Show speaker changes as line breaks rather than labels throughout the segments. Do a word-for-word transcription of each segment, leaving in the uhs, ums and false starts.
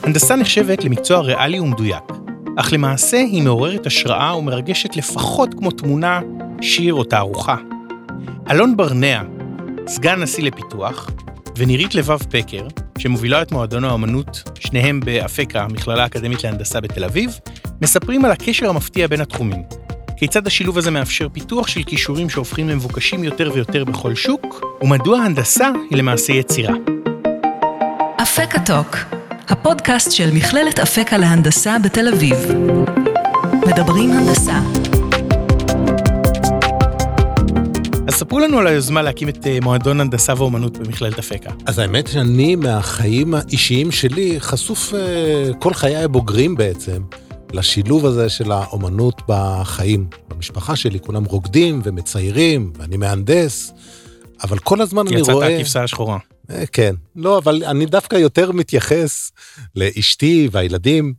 הנדסה נחשבת למקצוע ריאלי ומדויק, אך למעשה היא מעוררת השראה ומרגשת לפחות כמו תמונה, שיר או תערוכה. אלון ברנע, סגן נשיא לפיתוח, ונירית לבב פקר, שמובילה את מועדון האמנות, שניהם באפקה, המכללה האקדמית להנדסה בתל אביב, מספרים על הקשר המפתיע בין התחומים. כיצד השילוב הזה מאפשר פיתוח של כישורים שהופכים למבוקשים יותר ויותר בכל שוק, ומדוע הנדסה היא למעשה יצירה.
אפקה טוק, הפודקאסט של מכללת אפקה להנדסה בתל אביב. מדברים הנדסה.
אז ספרו לנו על היוזמה להקים את מועדון הנדסה ואומנות במכללת אפקה.
אז האמת שאני מהחיים האישיים שלי חשוף כל חיי הבוגרים בעצם, לשילוב הזה של האומנות בחיים. במשפחה שלי כולם רוקדים ומציירים, ואני מהנדס, אבל כל הזמן אני רואה...
יצאת הכבשה השחורה.
כן, לא, אבל אני דווקא יותר מתייחס לאשתי והילדים,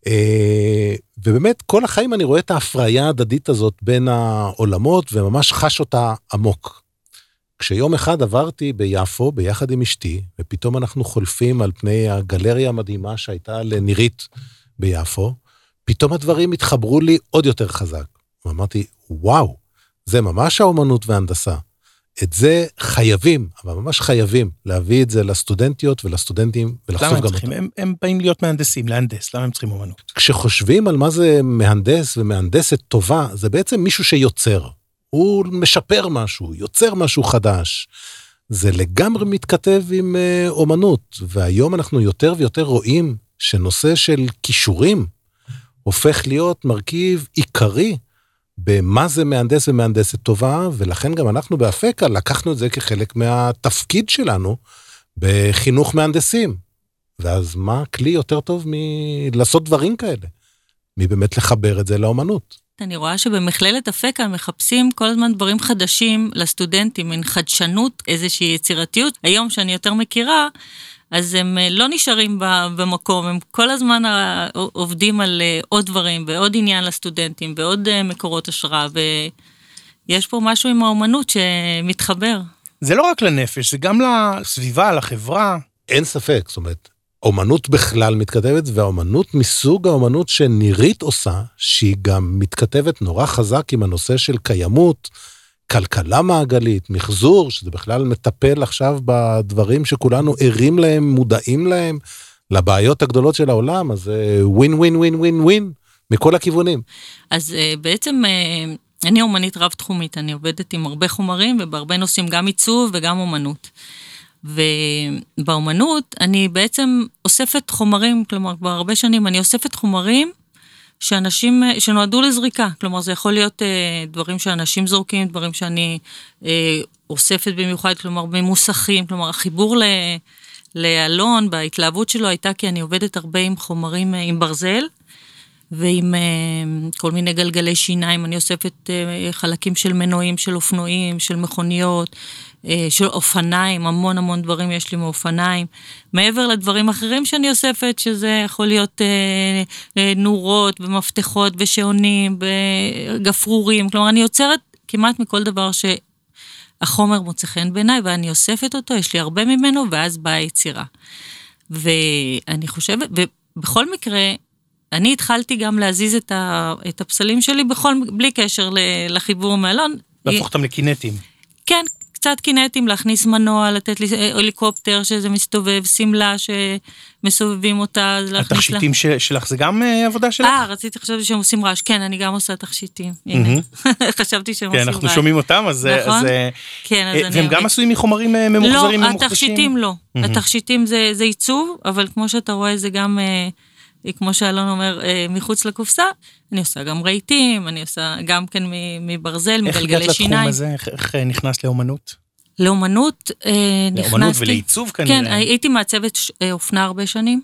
ובאמת כל החיים אני רואה את ההפריה ההדדית הזאת בין העולמות, וממש חש אותה עמוק. כשיום אחד עברתי ביפו ביחד עם אשתי, ופתאום אנחנו חולפים על פני הגלריה המדהימה שהייתה לנירית ביפו, פתאום הדברים התחברו לי עוד יותר חזק. ואמרתי, וואו, זה ממש האומנות וההנדסה. את זה חייבים, אבל ממש חייבים, להביא את זה לסטודנטיות ולסטודנטים, ולחשוף גם אותם.
הם, הם באים להיות מהנדסים, להנדס, למה הם צריכים אומנות?
כשחושבים על מה זה מהנדס ומהנדסת טובה, זה בעצם מישהו שיוצר. הוא משפר משהו, יוצר משהו חדש. זה לגמרי מתכתב עם uh, אומנות, והיום אנחנו יותר ויותר רואים שנושא של כישורים, הופך להיות מרכיב עיקרי, במה זה מהנדס ומהנדסת טובה, ולכן גם אנחנו באפקה לקחנו את זה כחלק מהתפקיד שלנו בחינוך מהנדסים. ואז מה כלי יותר טוב מלעשות דברים כאלה? מבאמת לחבר את זה לאומנות.
אני רואה שבמכללת אפקה מחפשים כל הזמן דברים חדשים לסטודנטים, עם חדשנות, איזושהי יצירתיות. היום שאני יותר מכירה, אז הם לא נשארים במקום, הם כל הזמן עובדים על עוד דברים, ועוד עניין לסטודנטים, ועוד מקורות השראה, ויש פה משהו עם האומנות שמתחבר.
זה לא רק לנפש, זה גם לסביבה, לחברה.
אין ספק, זאת אומרת, אומנות בכלל מתכתבת, והאומנות מסוג האומנות שנירית עושה, שהיא גם מתכתבת נורא חזק עם הנושא של קיימות, כלכלה מעגלית, מחזור, שזה בכלל מטפל עכשיו בדברים שכולנו ערים להם, מודעים להם, לבעיות הגדולות של העולם, אז ווין, ווין, ווין, ווין, ווין, מכל הכיוונים.
אז בעצם אני אומנית רב-תחומית, אני עובדת עם הרבה חומרים, ובהרבה נושאים גם עיצוב וגם אומנות. ובאומנות אני בעצם אוספת חומרים, כלומר, כבר הרבה שנים אני אוספת חומרים, שאנשים, שנועדו לזריקה, כלומר זה יכול להיות אה, דברים שאנשים זורקים, דברים שאני אה, אוספת במיוחד, כלומר במוסכים, כלומר החיבור ל, לאלון, בהתלהבות שלו הייתה כי אני עובדת הרבה עם חומרים, אה, עם ברזל, ועם אה, כל מיני גלגלי שיניים, אני אוספת אה, חלקים של מנועים, של אופנועים, של מכוניות, אה, של אופניים, המון המון דברים יש לי מאופניים, מעבר לדברים אחרים שאני אוספת, שזה יכול להיות אה, אה, נורות ומפתחות ושעונים וגפרורים, כלומר אני יוצרת כמעט מכל דבר שהחומר מוצא חן בעיניי, ואני אוספת אותו, יש לי הרבה ממנו, ואז באה היצירה. ואני חושבת, ובכל מקרה, אני התחלתי גם להזיז את, ה, את הפסלים שלי, בכל, בלי קשר לחיבור מאלון.
להפוך אותם לקינטים.
כן, קצת קינטים, להכניס מנוע, לתת לי הליקופטר שזה מסתובב, סמלה שמסובבים אותה.
התכשיטים לה... שלך זה גם עבודה שלך?
אה, רציתי, חשבתי שהם עושים רעש. כן, אני גם עושה תכשיטים. הנה, חשבתי שהם עושים רעש.
כן, אנחנו שומעים אותם, אז...
נכון? כן, אז אני...
והם גם עשויים מחומרים ממוחזרים?
לא, התכשיטים לא. התכשיטים זה עיצוב, אבל כמו שאתה רואה, זה גם... כמו שאלון אומר, מחוץ לקופסה, אני עושה גם רהיטים, אני עושה גם כן מברזל, מגלגלי שיניים.
איך הגעת לתחום הזה? איך נכנס לאומנות?
לאומנות נכנסתי...
לאומנות ולעיצוב כנראה.
כן, הייתי מעצבת אופנה הרבה שנים.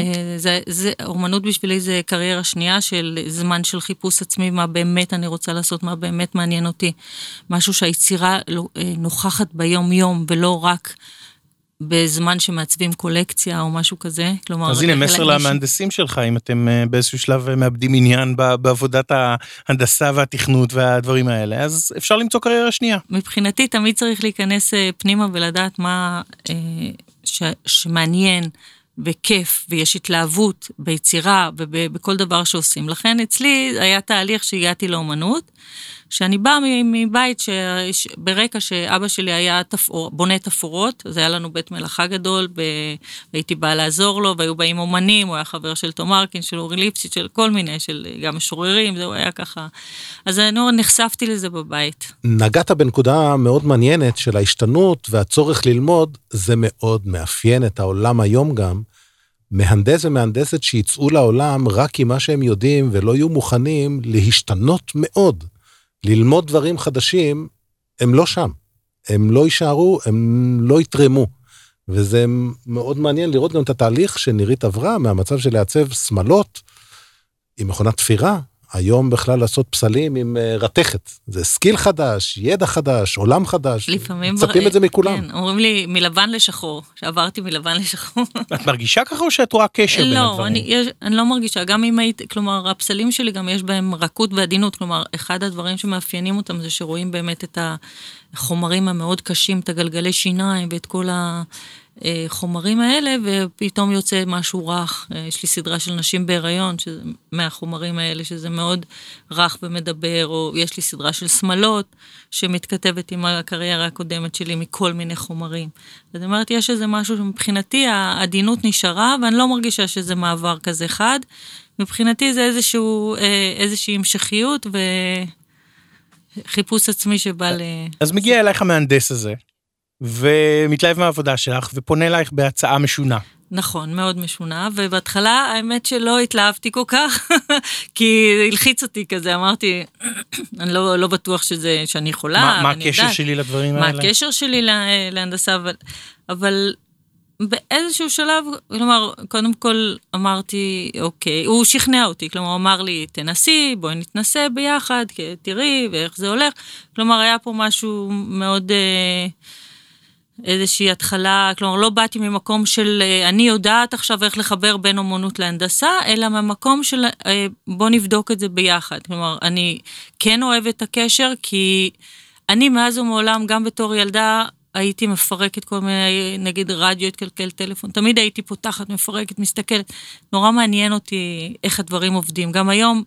אומנות בשבילי זה קריירה שנייה של זמן של חיפוש עצמי, מה באמת אני רוצה לעשות, מה באמת מעניין אותי. משהו שהיצירה נוכחת ביום יום, ולא רק... בזמן שמעצבים קולקציה או משהו כזה, כלומר...
אז הנה, מסר למהנדסים שלך, אם אתם באיזשהו שלב מאבדים עניין בעבודת ההנדסה והתכנות והדברים האלה, אז אפשר למצוא קריירה שנייה.
מבחינתי, תמיד צריך להיכנס פנימה ולדעת מה שמעניין וכיף, ויש התלהבות ביצירה ובכל דבר שעושים. לכן אצלי היה תהליך שהגעתי לאומנות, שאני באה מבית שברקע שאבא שלי היה תפור, בונה תפורות, אז היה לנו בית מלאכה גדול, והייתי באה לעזור לו, והיו באים אומנים, הוא היה חבר של תום ארקין, של אורי ליפשיץ, של כל מיני, של גם משוררים, זה היה ככה. אז אני נחשפתי לזה בבית.
נגעת בנקודה מאוד מעניינת של ההשתנות והצורך ללמוד, זה מאוד מאפיין את העולם היום גם, מהנדס ומהנדסת שיצאו לעולם רק עם מה שהם יודעים, ולא יהיו מוכנים להשתנות מאוד. ללמוד דברים חדשים, הם לא שם. הם לא יישארו, הם לא יתרמו. וזה מאוד מעניין לראות גם את התהליך שנירית עברה, מהמצב של לעצב סמלות, עם מכונת תפירה, היום בכלל לעשות פסלים עם רתכת. זה סקיל חדש, ידע חדש, עולם חדש.
לפעמים...
מצפים בר... את זה מכולם.
כן, אומרים לי מלבן לשחור, שעברתי מלבן לשחור.
את מרגישה ככה או שאת רואה קשר בין
לא,
הדברים?
אני, יש, אני לא מרגישה, גם אם היית, כלומר, הפסלים שלי גם יש בהם רכות ועדינות, כלומר, אחד הדברים שמאפיינים אותם זה שרואים באמת את החומרים המאוד קשים, את הגלגלי שיניים ואת כל ה... חומרים האלה, ופתאום יוצא משהו רך. יש לי סדרה של נשים בהיריון, שזה, מהחומרים האלה, שזה מאוד רך ומדבר, או יש לי סדרה של סמלות, שמתכתבת עם הקריירה הקודמת שלי, מכל מיני חומרים. זאת אומרת, יש איזה משהו שמבחינתי, העדינות נשארה, ואני לא מרגישה שזה מעבר כזה חד. מבחינתי זה איזשהו, איזושהי המשכיות, וחיפוש עצמי שבא ל...
אז מגיע אלייך המהנדס הזה, ומתלהב מהעבודה שלך, ופונה אלייך בהצעה משונה.
נכון, מאוד משונה, ובהתחלה האמת שלא התלהבתי כל כך, כי הלחיץ אותי כזה, אמרתי, אני לא, לא בטוח שזה, שאני יכולה.
מה, מה הקשר יודעת, שלי לדברים
מה
האלה?
מה הקשר שלי לה, להנדסה, אבל, אבל באיזשהו שלב, כלומר, קודם כל אמרתי, אוקיי, הוא שכנע אותי, כלומר, הוא אמר לי, תנסי, בואי נתנסה ביחד, תראי, ואיך זה הולך, כלומר, היה פה משהו מאוד... איזושהי התחלה, כלומר, לא באתי ממקום של, אני יודעת עכשיו איך לחבר בין אומנות להנדסה, אלא ממקום של, בוא נבדוק את זה ביחד. כלומר, אני כן אוהבת את הקשר, כי אני מאז ומעולם, גם בתור ילדה, הייתי מפרקת כל מיני, נגיד רדיו, התקלקל טלפון, תמיד הייתי פותחת, מפרקת, מסתכלת. נורא מעניין אותי איך הדברים עובדים. גם היום,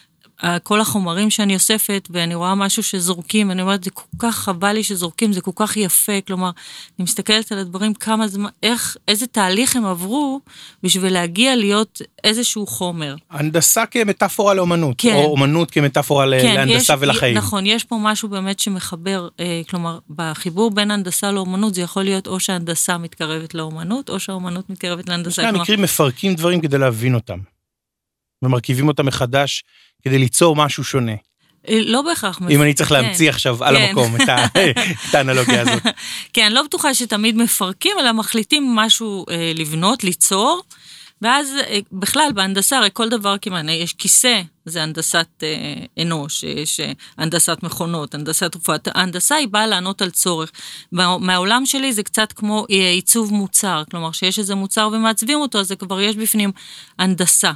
כל החומרים שאני אוספת, ואני רואה משהו שזורקים, אני אומרת, זה כל כך חבל לי שזורקים, זה כל כך יפה, כלומר, אני מסתכלת על הדברים, כמה זמן, איך, איזה תהליך הם עברו, בשביל להגיע להיות איזשהו חומר.
הנדסה כמטאפורה לאומנות,
כן.
או אומנות כמטאפורה
כן,
להנדסה
יש,
ולחיים.
נכון, יש פה משהו באמת שמחבר, אה, כלומר, בחיבור בין הנדסה לאומנות, זה יכול להיות או שההנדסה מתקרבת לאומנות, או שהאומנות מתקרבת להנדסה.
כלומר, המקרים מפרקים דברים כדי להבין אותם, ומרכיבים אותם מחדש, כדי ליצור משהו שונה.
לא בהכרח.
אם אני צריך להמציא עכשיו על המקום את האנלוגיה הזאת.
כן, לא בטוחה שתמיד מפרקים, אלא מחליטים משהו לבנות, ליצור, ואז בכלל בהנדסה, הרי כל דבר כמעט, יש כיסא, זה הנדסת אנוש, יש הנדסת מכונות, הנדסת תרופות, ההנדסה היא באה לענות על צורך. מהעולם שלי זה קצת כמו עיצוב מוצר, כלומר שיש איזה מוצר ומעצבים אותו, אז זה כבר יש בפנים הנדסה.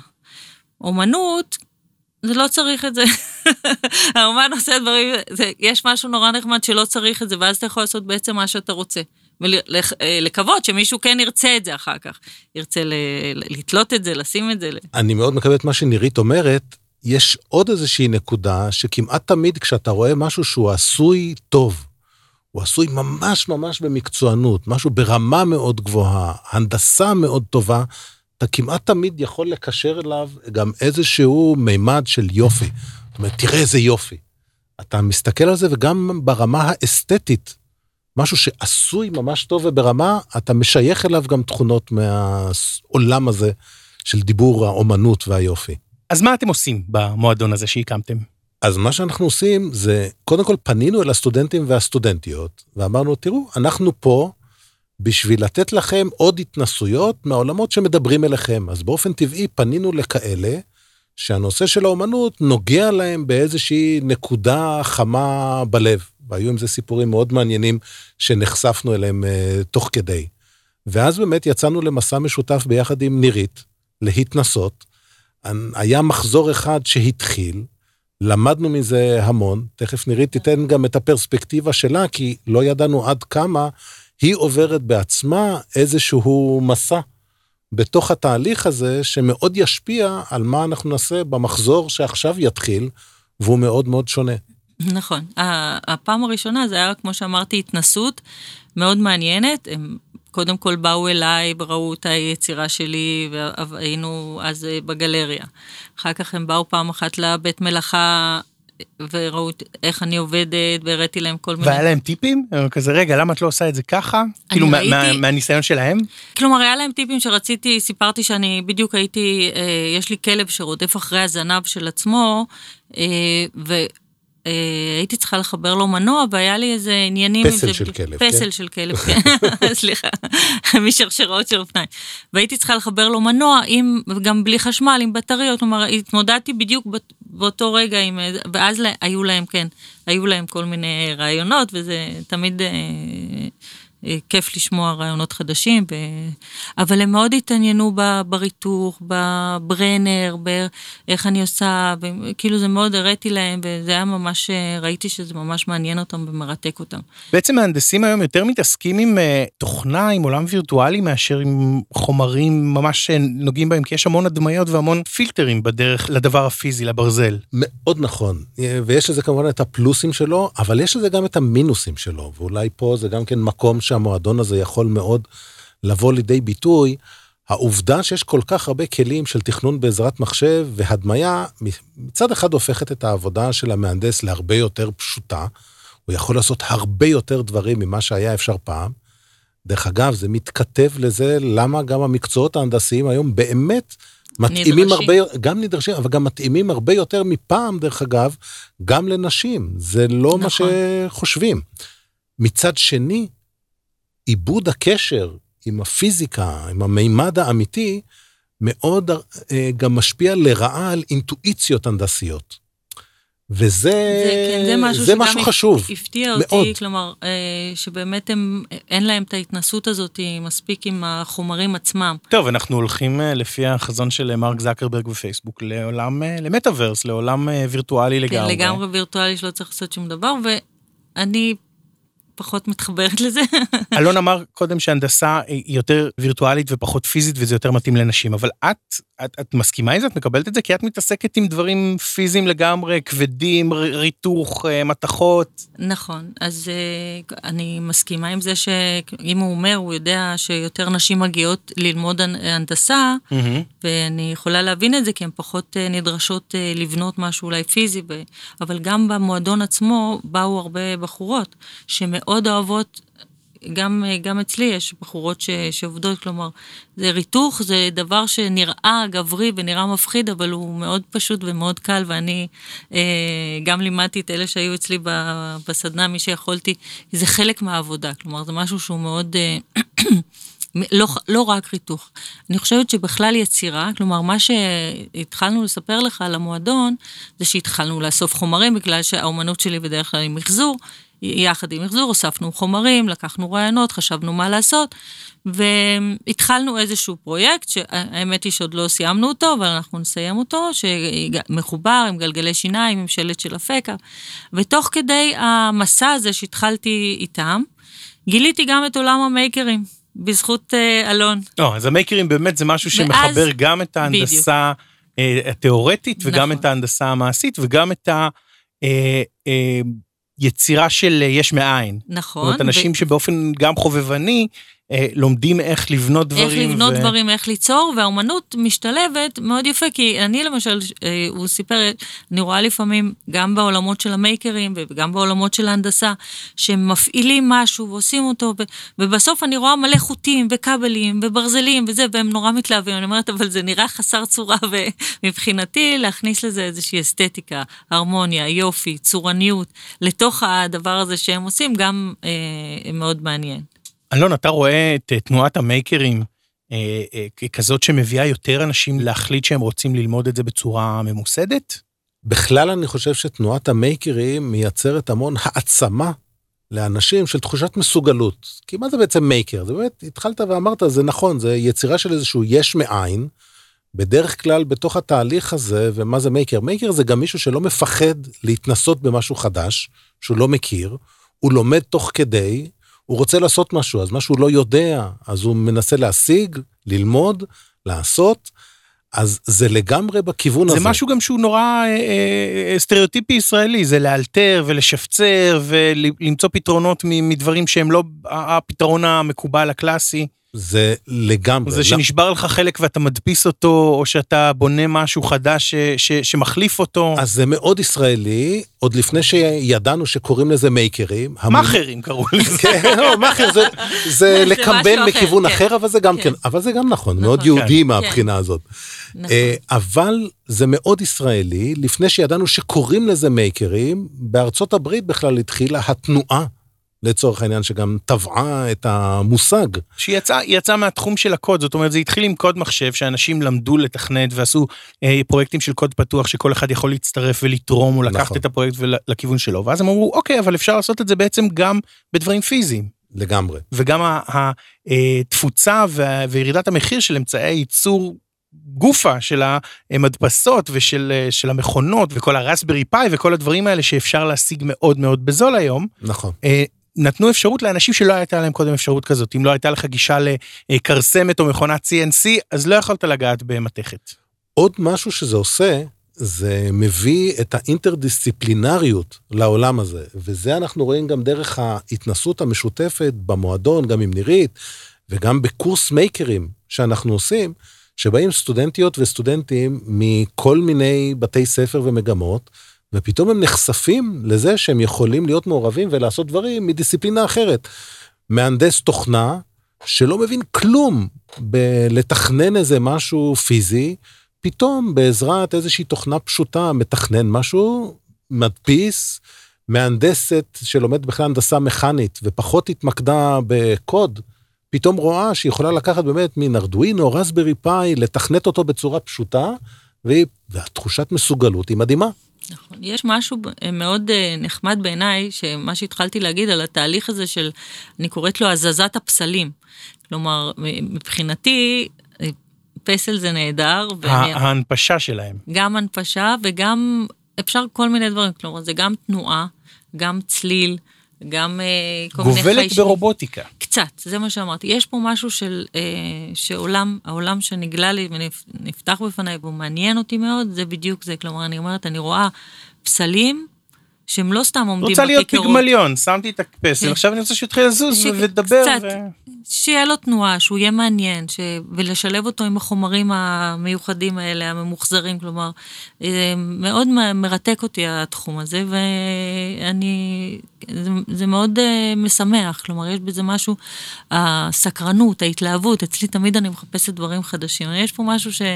אומנות, זה לא צריך את זה. האומן עושה דברים, זה, יש משהו נורא נחמד שלא צריך את זה, ואז אתה יכול לעשות בעצם מה שאתה רוצה. ולקוות שמישהו כן ירצה את זה אחר כך. ירצה לתלות את זה, לשים את זה.
אני מאוד מקווה את מה שנירית אומרת, יש עוד איזושהי נקודה, שכמעט תמיד כשאתה רואה משהו שהוא עשוי טוב, הוא עשוי ממש ממש במקצוענות, משהו ברמה מאוד גבוהה, הנדסה מאוד טובה, אתה כמעט תמיד יכול לקשר אליו גם איזשהו מימד של יופי. זאת אומרת, תראה איזה יופי. אתה מסתכל על זה, וגם ברמה האסתטית, משהו שעשוי ממש טוב וברמה, אתה משייך אליו גם תכונות מהעולם הזה, של דיבור האומנות והיופי.
אז מה אתם עושים במועדון הזה שהקמתם?
אז מה שאנחנו עושים זה, קודם כל פנינו אל הסטודנטים והסטודנטיות, ואמרנו, תראו, אנחנו פה, בשביל לתת לכם עוד התנסויות מהעולמות שמדברים אליכם. אז באופן טבעי פנינו לכאלה שהנושא של האומנות נוגע להם באיזושהי נקודה חמה בלב. והיו עם זה סיפורים מאוד מעניינים שנחשפנו אליהם uh, תוך כדי. ואז באמת יצאנו למסע משותף ביחד עם נירית, להתנסות. היה מחזור אחד שהתחיל, למדנו מזה המון, תכף נירית תיתן גם את הפרספקטיבה שלה, כי לא ידענו עד כמה היא עוברת בעצמה איזשהו מסע בתוך התהליך הזה, שמאוד ישפיע על מה אנחנו נעשה במחזור שעכשיו יתחיל, והוא מאוד מאוד שונה.
נכון. הפעם הראשונה זה היה, כמו שאמרתי, התנסות מאוד מעניינת. הם קודם כל באו אליי וראו את היצירה שלי, והיינו אז בגלריה. אחר כך הם באו פעם אחת לבית מלאכה, וראו איך אני עובדת, והראיתי להם כל מיני...
והיה להם טיפים? כזה, רגע, למה את לא עושה את זה ככה? כאילו, ראיתי... מה, מהניסיון שלהם?
כלומר, היה להם טיפים שרציתי, סיפרתי שאני בדיוק הייתי, אה, יש לי כלב שרודף אחרי הזנב של עצמו, אה, ו... הייתי צריכה לחבר לו מנוע, והיה לי איזה עניינים...
פסל של כלב, כן?
פסל של כלב, כן. סליחה, משרשרות של אופניים. והייתי צריכה לחבר לו מנוע, גם בלי חשמל, עם בטריות, כלומר, התמודדתי בדיוק באותו רגע, ואז היו להם, כן, היו להם כל מיני רעיונות, וזה תמיד... כיף לשמוע רעיונות חדשים, ו... אבל הם מאוד התעניינו בריתוך, בברנר, באיך אני עושה, וכאילו זה מאוד הראיתי להם, וזה היה ממש, ראיתי שזה ממש מעניין אותם ומרתק אותם.
בעצם ההנדסים היום יותר מתעסקים עם תוכנה, עם עולם וירטואלי, מאשר עם חומרים ממש נוגעים בהם, כי יש המון הדמיות והמון פילטרים בדרך לדבר הפיזי, לברזל.
מאוד נכון, ויש לזה כמובן את הפלוסים שלו, אבל יש לזה גם את המינוסים שלו, ואולי פה זה גם כן מקום שהמועדון הזה יכול מאוד לבוא לידי ביטוי. העובדה שיש כל כך הרבה כלים של תכנון בעזרת מחשב והדמיה, מצד אחד הופכת את העבודה של המהנדס להרבה יותר פשוטה, הוא יכול לעשות הרבה יותר דברים ממה שהיה אפשר פעם. דרך אגב, זה מתכתב לזה למה גם המקצועות ההנדסיים היום באמת מתאימים הרבה, גם נדרשים, אבל גם מתאימים הרבה יותר מפעם, דרך אגב, גם לנשים. זה לא נכון. מה שחושבים. מצד שני, עיבוד הקשר עם הפיזיקה, עם המימד האמיתי, מאוד גם משפיע לרעה על אינטואיציות הנדסיות. וזה
זה, כן, זה משהו,
זה משהו חשוב.
הפתיע אותי, כלומר, שבאמת הם, אין להם את ההתנסות הזאת מספיק עם החומרים עצמם.
טוב, אנחנו הולכים לפי החזון של מרק זקרברג בפייסבוק, לעולם, למטאברס, לעולם וירטואלי לגמרי.
כן, לגמרי וירטואלי שלא צריך לעשות שום דבר, ואני פחות מתחברת לזה.
אלון אמר קודם שהנדסה היא יותר וירטואלית ופחות פיזית, וזה יותר מתאים לנשים, אבל את, את, את מסכימה עם זה? את מקבלת את זה? כי את מתעסקת עם דברים פיזיים לגמרי, כבדים, ריתוך, מתחות.
נכון, אז אני מסכימה עם זה שאם הוא אומר, הוא יודע שיותר נשים מגיעות ללמוד הנדסה, ואני יכולה להבין את זה, כי הן פחות נדרשות לבנות משהו אולי פיזי, אבל גם במועדון עצמו באו הרבה בחורות, שמאוד מאוד אוהבות, גם, גם אצלי יש בחורות ש, שעובדות, כלומר, זה ריתוך, זה דבר שנראה גברי ונראה מפחיד, אבל הוא מאוד פשוט ומאוד קל, ואני אה, גם לימדתי את אלה שהיו אצלי בסדנה, מי שיכולתי, זה חלק מהעבודה, כלומר, זה משהו שהוא מאוד... אה, לא, לא רק ריתוך. אני חושבת שבכלל יצירה, כלומר, מה שהתחלנו לספר לך על המועדון, זה שהתחלנו לאסוף חומרים, בגלל שהאומנות שלי בדרך כלל היא מחזור, יחד עם מחזור, הוספנו חומרים, לקחנו רעיונות, חשבנו מה לעשות, והתחלנו איזשהו פרויקט, שהאמת היא שעוד לא סיימנו אותו, אבל אנחנו נסיים אותו, שמחובר עם גלגלי שיניים, עם שלט של אפקה, ותוך כדי המסע הזה שהתחלתי איתם, גיליתי גם את עולם המייקרים, בזכות uh, אלון. לא,
אז המייקרים באמת זה משהו שמחבר ואז, גם את ההנדסה uh, התיאורטית, וגם נכון. את ההנדסה המעשית, וגם את היצירה uh, uh, של uh, יש מאין.
נכון.
זאת אומרת, אנשים ו... שבאופן גם חובבני, אה, לומדים איך לבנות דברים.
איך לבנות ו... דברים, איך ליצור, והאומנות משתלבת מאוד יפה, כי אני למשל, אה, הוא סיפר, אני רואה לפעמים, גם בעולמות של המייקרים, וגם בעולמות של ההנדסה, שהם מפעילים משהו ועושים אותו, ו... ובסוף אני רואה מלא חוטים, וכבלים, וברזלים, וזה, והם נורא מתלהבים, אני אומרת, אבל זה נראה חסר צורה, ומבחינתי, להכניס לזה איזושהי אסתטיקה, הרמוניה, יופי, צורניות, לתוך הדבר הזה שהם עושים, גם אה, מאוד מעניין.
אלון, אתה רואה את תנועת המייקרים אה, אה, כזאת שמביאה יותר אנשים להחליט שהם רוצים ללמוד את זה בצורה ממוסדת?
בכלל אני חושב שתנועת המייקרים מייצרת המון העצמה לאנשים של תחושת מסוגלות. כי מה זה בעצם מייקר? זה באמת, התחלת ואמרת, זה נכון, זה יצירה של איזשהו יש מאין, בדרך כלל בתוך התהליך הזה, ומה זה מייקר? מייקר זה גם מישהו שלא מפחד להתנסות במשהו חדש, שהוא לא מכיר, הוא לומד תוך כדי, הוא רוצה לעשות משהו, אז משהו לא יודע, אז הוא מנסה להשיג, ללמוד, לעשות, אז זה לגמרי בכיוון
זה
הזה.
זה משהו גם שהוא נורא אה, אה, סטריאוטיפי ישראלי, זה לאלתר ולשפצר, ולמצוא פתרונות מדברים שהם לא הפתרון המקובל הקלאסי.
זה לגמרי.
זה שנשבר לך חלק ואתה מדפיס אותו, או שאתה בונה משהו חדש ש, ש, שמחליף אותו.
אז זה מאוד ישראלי, עוד לפני שידענו שקוראים לזה מייקרים.
מאחרים קראו לזה.
כן, לא, מאחר זה, זה לקמבן מכיוון אחר, אבל זה גם כן, אבל זה גם נכון, מאוד יהודי מהבחינה הזאת. אבל זה מאוד ישראלי, לפני שידענו שקוראים לזה מייקרים, בארצות הברית בכלל התחילה התנועה, לצורך העניין שגם טבעה את המושג.
שהיא יצאה, יצאה מהתחום של הקוד, זאת אומרת, זה התחיל עם קוד מחשב, שאנשים למדו לתכנת, ועשו אה, פרויקטים של קוד פתוח, שכל אחד יכול להצטרף ולתרום, או לקחת נכון. את הפרויקט לכיוון שלו, ואז הם אמרו, אוקיי, אבל אפשר לעשות את זה בעצם גם בדברים פיזיים.
לגמרי.
וגם התפוצה וירידת המחיר של אמצעי הייצור, גופה של המדפסות ושל של המכונות, וכל הרסברי פאי, וכל הדברים האלה שאפשר להשיג מאוד מאוד בזול היום.
נכון.
נתנו אפשרות לאנשים שלא הייתה להם קודם אפשרות כזאת. אם לא הייתה לך גישה לקרסמת או מכונת סי אן סי, אז לא יכולת לגעת במתכת.
עוד משהו שזה עושה, זה מביא את האינטרדיסציפלינריות לעולם הזה, וזה אנחנו רואים גם דרך ההתנסות המשותפת במועדון, גם עם נירית, וגם בקורס מייקרים שאנחנו עושים, שבאים סטודנטיות וסטודנטים מכל מיני בתי ספר ומגמות, ופתאום הם נחשפים לזה שהם יכולים להיות מעורבים ולעשות דברים מדיסציפלינה אחרת. מהנדס תוכנה שלא מבין כלום בלתכנן איזה משהו פיזי, פתאום בעזרת איזושהי תוכנה פשוטה מתכנן משהו, מדפיס, מהנדסת שלומד בכלל הנדסה מכנית ופחות התמקדה בקוד, פתאום רואה שהיא יכולה לקחת באמת מן ארדואינו, רסברי פאי, לתכנת אותו בצורה פשוטה, והתחושת מסוגלות היא מדהימה.
נכון, יש משהו מאוד נחמד בעיניי, שמה שהתחלתי להגיד על התהליך הזה של, אני קוראת לו הזזת הפסלים. כלומר, מבחינתי, פסל זה נהדר.
ההנפשה שלהם.
גם הנפשה וגם, אפשר כל מיני דברים, כלומר, זה גם תנועה, גם צליל, גם כל מיני חיישים.
גובלת ברובוטיקה.
קצת, זה מה שאמרתי. יש פה משהו של, שעולם, העולם שנגלה לי ונפתח בפניי, והוא מעניין אותי מאוד, זה בדיוק זה. כלומר, אני אומרת, אני רואה פסלים, שהם לא סתם עומדים
בכיכרות. רוצה להיות פיגמליון, שמתי את הפסל, עכשיו אני רוצה שיתחיל לזוז ולדבר.
קצת, שיהיה לו תנועה, שהוא יהיה מעניין, ולשלב אותו עם החומרים המיוחדים האלה, הממוחזרים, כלומר, מאוד מרתק אותי התחום הזה, ואני, זה מאוד משמח, כלומר, יש בזה משהו, הסקרנות, ההתלהבות, אצלי תמיד אני מחפשת דברים חדשים, יש פה משהו ש...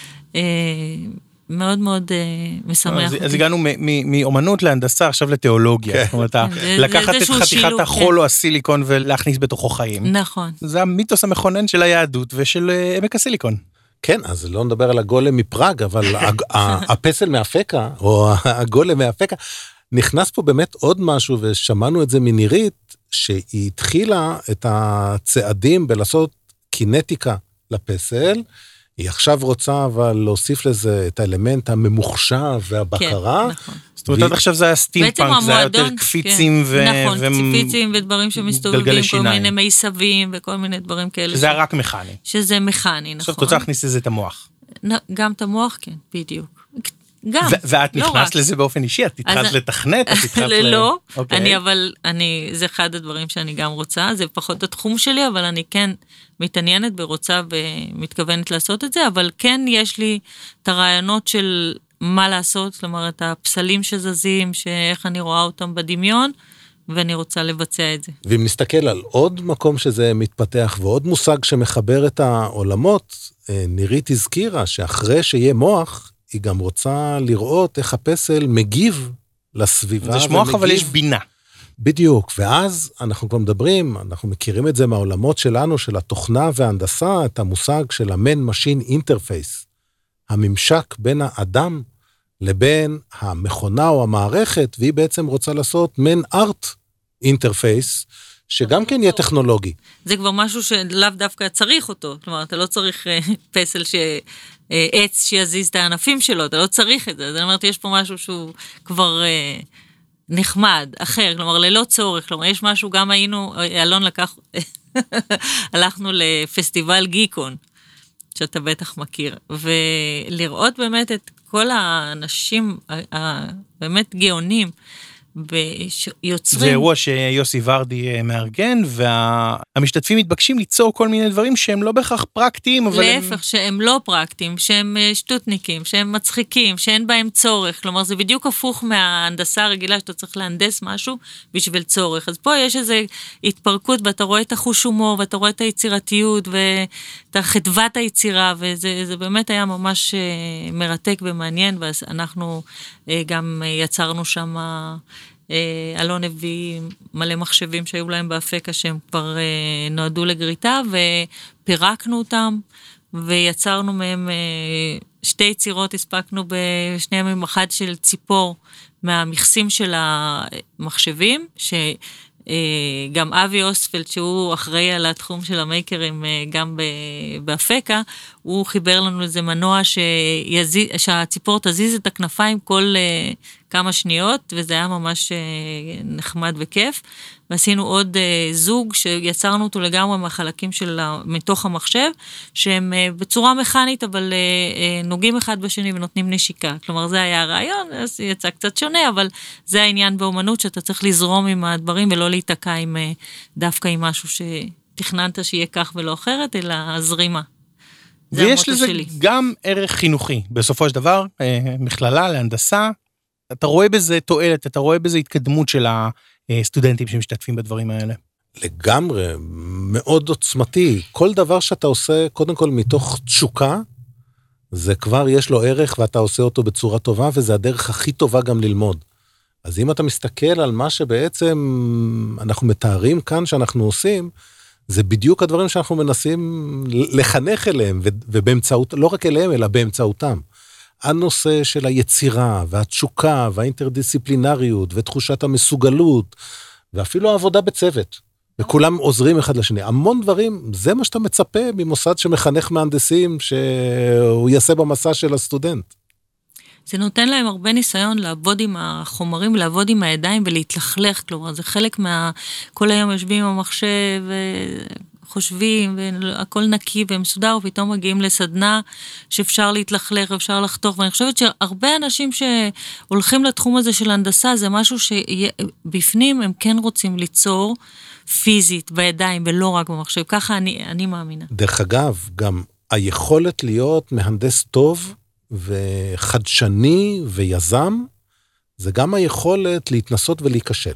מאוד מאוד משמח אותי.
אז הגענו מאומנות להנדסה, עכשיו לתיאולוגיה. זאת אומרת, לקחת את חתיכת החול או הסיליקון ולהכניס בתוכו חיים.
נכון.
זה המיתוס המכונן של היהדות ושל עמק הסיליקון.
כן, אז לא נדבר על הגולם מפראג, אבל הפסל מאפקה, או הגולם מאפקה, נכנס פה באמת עוד משהו, ושמענו את זה מנירית, שהיא התחילה את הצעדים בלעשות קינטיקה לפסל, היא עכשיו רוצה אבל להוסיף לזה את האלמנט הממוחשב והבקרה.
כן, נכון.
זאת אומרת, עד עכשיו זה היה סטימפאנק, זה היה יותר קפיצים ו...
נכון, קפיצים ודברים שמסתובבים, כל מיני מיסבים וכל מיני דברים כאלה.
שזה היה רק מכני.
שזה מכני, נכון.
עכשיו, אתה רוצה להכניס לזה את המוח.
גם את המוח, כן, בדיוק. גם,
ואת נכנסת לזה באופן אישי, את התחלת לתכנת, את התחלת ל...
לא, אני אבל, אני, זה אחד הדברים שאני גם רוצה, זה פחות התחום שלי, אבל אני כן מתעניינת ברוצה ומתכוונת לעשות את זה, אבל כן יש לי את הרעיונות של מה לעשות, כלומר, את הפסלים שזזים, שאיך אני רואה אותם בדמיון, ואני רוצה לבצע את זה.
ואם נסתכל על עוד מקום שזה מתפתח, ועוד מושג שמחבר את העולמות, נירית הזכירה שאחרי שיהיה מוח, היא גם רוצה לראות איך הפסל מגיב לסביבה.
זה מוח, אבל יש בינה.
בדיוק, ואז אנחנו כבר מדברים, אנחנו מכירים את זה מהעולמות שלנו, של התוכנה וההנדסה, את המושג של ה-Man-Machine Interface, הממשק בין האדם לבין המכונה או המערכת, והיא בעצם רוצה לעשות Man-Art Interface, שגם כן יהיה טכנולוגי.
זה כבר משהו שלאו דווקא צריך אותו, כלומר, אתה לא צריך פסל ש... עץ שיזיז את הענפים שלו, אתה לא צריך את זה, זאת אומרת, יש פה משהו שהוא כבר נחמד, אחר, כלומר, ללא צורך, כלומר, יש משהו, גם היינו, אלון לקח, הלכנו לפסטיבל גיקון, שאתה בטח מכיר, ולראות באמת את כל האנשים, באמת גאונים, ויוצרים...
זה אירוע שיוסי ורדי מארגן, והמשתתפים מתבקשים ליצור כל מיני דברים שהם לא בהכרח פרקטיים, אבל הם...
להפך, שהם לא פרקטיים, שהם שטותניקים, שהם מצחיקים, שאין בהם צורך, כלומר זה בדיוק הפוך מההנדסה הרגילה, שאתה צריך להנדס משהו בשביל צורך, אז פה יש איזו התפרקות, ואתה רואה את החוש הומור, ואתה רואה את היצירתיות, ואת חדוות היצירה, וזה באמת היה ממש מרתק ומעניין, ואנחנו גם יצרנו שם... אלון הביא מלא מחשבים שהיו להם באפקה שהם כבר נועדו לגריטה, ופירקנו אותם, ויצרנו מהם שתי יצירות, הספקנו בשני ימים, אחד של ציפור מהמכסים של המחשבים, שגם אבי אוספלד, שהוא אחראי על התחום של המייקרים גם באפקה, הוא חיבר לנו איזה מנוע שיזיז, שהציפור תזיז את הכנפיים כל כמה שניות, וזה היה ממש נחמד וכיף, ועשינו עוד זוג שיצרנו אותו לגמרי מהחלקים של, מתוך המחשב, שהם בצורה מכנית, אבל נוגעים אחד בשני ונותנים נשיקה, כלומר זה היה הרעיון, זה יצא קצת שונה, אבל זה העניין באומנות, שאתה צריך לזרום עם הדברים, ולא להתעקע עם, דווקא עם משהו שתכננת שיהיה כך ולא אחרת, אלא הזרימה.
ויש לזה שלי. גם ערך חינוכי, בסופו של דבר, מכללה להנדסה, אתה רואה בזה תועלת, אתה רואה בזה התקדמות של הסטודנטים שמשתתפים בדברים האלה.
לגמרי, מאוד עוצמתי. כל דבר שאתה עושה, קודם כל מתוך תשוקה, זה כבר יש לו ערך, ואתה עושה אותו בצורה טובה, וזה הדרך הכי טובה גם ללמוד. אז אם אתה מסתכל על מה שבעצם אנחנו מתארים כאן שאנחנו עושים, זה בדיוק הדברים שאנחנו מנסים לחנך אליהם, ובאמצעות, לא רק אליהם, אלא באמצעותם. הנושא של היצירה, והתשוקה, והאינטרדיסציפלינריות, ותחושת המסוגלות, ואפילו העבודה בצוות. וכולם עוזרים אחד לשני. המון דברים, זה מה שאתה מצפה ממוסד שמחנך מהנדסים, שהוא יעשה במסע של הסטודנט.
זה נותן להם הרבה ניסיון לעבוד עם החומרים, לעבוד עם הידיים ולהתלכלך, כלומר, זה חלק מה... כל היום יושבים עם המחשב, חושבים, והכל נקי ומסודר, ופתאום מגיעים לסדנה שאפשר להתלכלך, אפשר לחתוך, ואני חושבת שהרבה אנשים שהולכים לתחום הזה של הנדסה, זה משהו שבפנים הם כן רוצים ליצור פיזית בידיים, ולא רק במחשב, ככה אני, אני מאמינה.
דרך אגב, גם היכולת להיות מהנדס טוב, וחדשני ויזם, זה גם היכולת להתנסות ולהיכשל.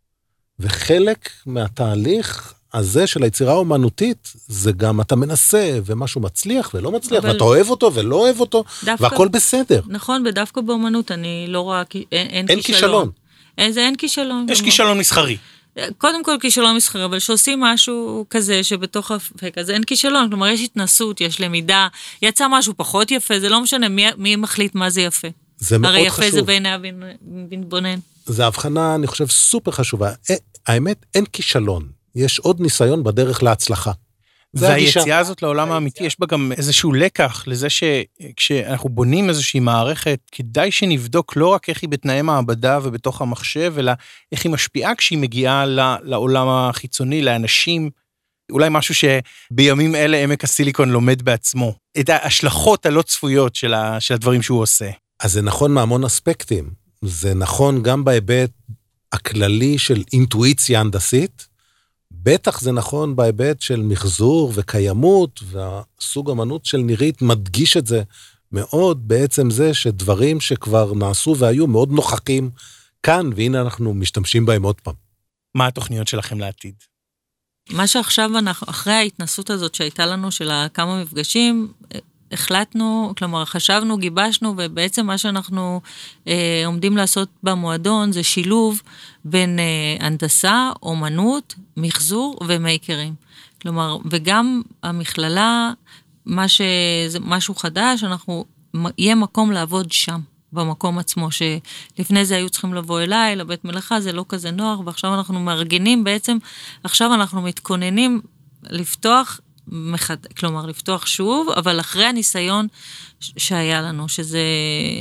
וחלק מהתהליך הזה של היצירה האומנותית, זה גם אתה מנסה, ומשהו מצליח ולא מצליח, אבל... ואתה אוהב אותו ולא אוהב אותו, דווקא... והכל בסדר.
נכון, ודווקא באומנות אני לא רואה, אין, אין,
אין כישלון. כישלון.
אין, זה אין כישלון.
יש כישלון מסחרי.
קודם כל כישלון מסחרי, אבל שעושים משהו כזה שבתוך הפק, אז אין כישלון, כלומר יש התנסות, יש למידה, יצא משהו פחות יפה, זה לא משנה מי, מי מחליט מה זה יפה.
זה מאוד
הרי
חשוב.
יפה זה בעיני הבנבונן.
זה הבחנה, אני חושב, סופר חשובה. האמת, אין כישלון. יש עוד ניסיון בדרך להצלחה.
והיציאה הזאת לעולם האמיתי, יש בה גם איזשהו לקח לזה שכשאנחנו בונים איזושהי מערכת, כדאי שנבדוק לא רק איך היא בתנאי מעבדה ובתוך המחשב, אלא איך היא משפיעה כשהיא מגיעה לעולם החיצוני, לאנשים, אולי משהו שבימים אלה עמק הסיליקון לומד בעצמו, את ההשלכות הלא צפויות של הדברים שהוא עושה.
אז זה נכון מהמון אספקטים, זה נכון גם בהיבט הכללי של אינטואיציה הנדסית, בטח זה נכון בהיבט של מחזור וקיימות, והסוג אמנות של נירית מדגיש את זה מאוד, בעצם זה שדברים שכבר נעשו והיו מאוד נוכחים כאן, והנה אנחנו משתמשים בהם עוד פעם.
מה התוכניות שלכם לעתיד?
מה שעכשיו אנחנו, אחרי ההתנסות הזאת שהייתה לנו של כמה מפגשים, החלטנו, כלומר חשבנו, גיבשנו, ובעצם מה שאנחנו אה, עומדים לעשות במועדון, זה שילוב בין אה, הנדסה, אומנות, מחזור ומייקרים. כלומר, וגם המכללה, מה ש, זה משהו חדש, אנחנו, יהיה מקום לעבוד שם, במקום עצמו, שלפני זה היו צריכים לבוא אליי, לבית מלאכה, זה לא כזה נוח, ועכשיו אנחנו מארגנים, בעצם, עכשיו אנחנו מתכוננים לפתוח, מחד... כלומר, לפתוח שוב, אבל אחרי הניסיון שהיה לנו, שזה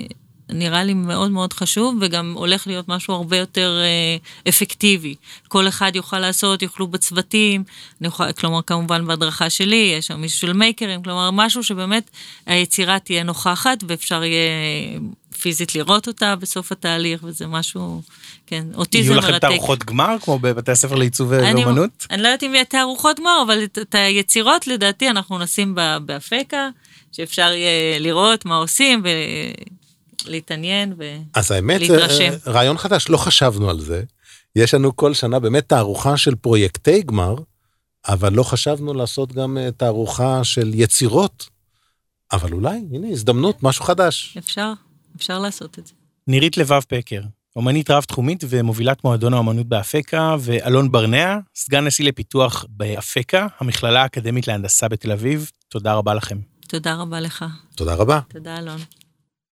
נראה לי מאוד מאוד חשוב, וגם הולך להיות משהו הרבה יותר אה, אפקטיבי. כל אחד יוכל לעשות, יוכלו בצוותים, יוכל, כלומר כמובן בהדרכה שלי, יש שם מישהו של מייקרים, כלומר משהו שבאמת היצירה תהיה נוכחת, ואפשר יהיה פיזית לראות אותה בסוף התהליך, וזה משהו, כן, אותי זה מרתק.
יהיו לכם תערוכות גמר, כמו בבתי הספר לעיצוב ואומנות?
אני לא יודעת אם יהיה תערוכות גמר, אבל את היצירות לדעתי אנחנו נשים באפקה, שאפשר יהיה לראות מה עושים, ולהתעניין ולהתרשם.
אז האמת, רעיון חדש, לא חשבנו על זה. יש לנו כל שנה באמת תערוכה של פרויקטי גמר, אבל לא חשבנו לעשות גם תערוכה של יצירות, אבל אולי, הנה, הזדמנות, משהו חדש.
אפשר, אפשר לעשות את זה.
נירית לבב פקר, אומנית רב-תחומית ומובילת מועדון האמנות באפקה, ואלון ברנע, סגן נשיא לפיתוח באפקה, המכללה האקדמית להנדסה בתל אביב. תודה רבה לכם.
תודה רבה לך.
תודה רבה.
תודה אלון.